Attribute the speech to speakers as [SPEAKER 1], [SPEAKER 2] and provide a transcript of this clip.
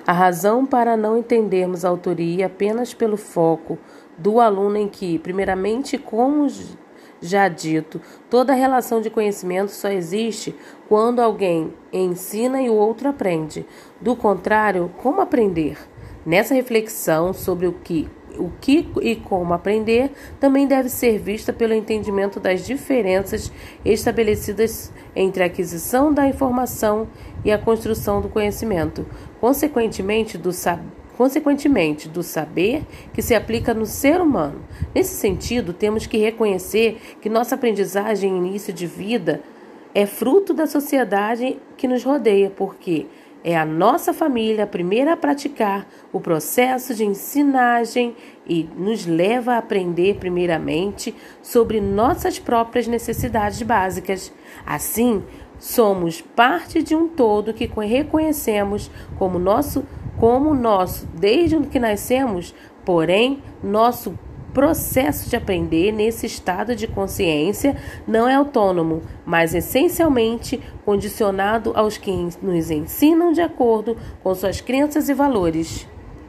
[SPEAKER 1] A razão para não entendermos a autoria apenas pelo foco do aluno em que, primeiramente, como já dito, toda relação de conhecimento só existe quando alguém ensina e o outro aprende. Do contrário, como aprender? Nessa reflexão sobre o que e como aprender também deve ser vista pelo entendimento das diferenças estabelecidas entre a aquisição da informação e a construção do conhecimento, consequentemente do saber que se aplica no ser humano. Nesse sentido, temos que reconhecer que nossa aprendizagem em início de vida é fruto da sociedade que nos rodeia, porque é a nossa família a primeira a praticar o processo de ensinagem e nos leva a aprender primeiramente sobre nossas próprias necessidades básicas. Assim, somos parte de um todo que reconhecemos como nosso desde que nascemos, porém, nosso processo de aprender nesse estado de consciência não é autônomo, mas essencialmente condicionado aos que nos ensinam de acordo com suas crenças e valores.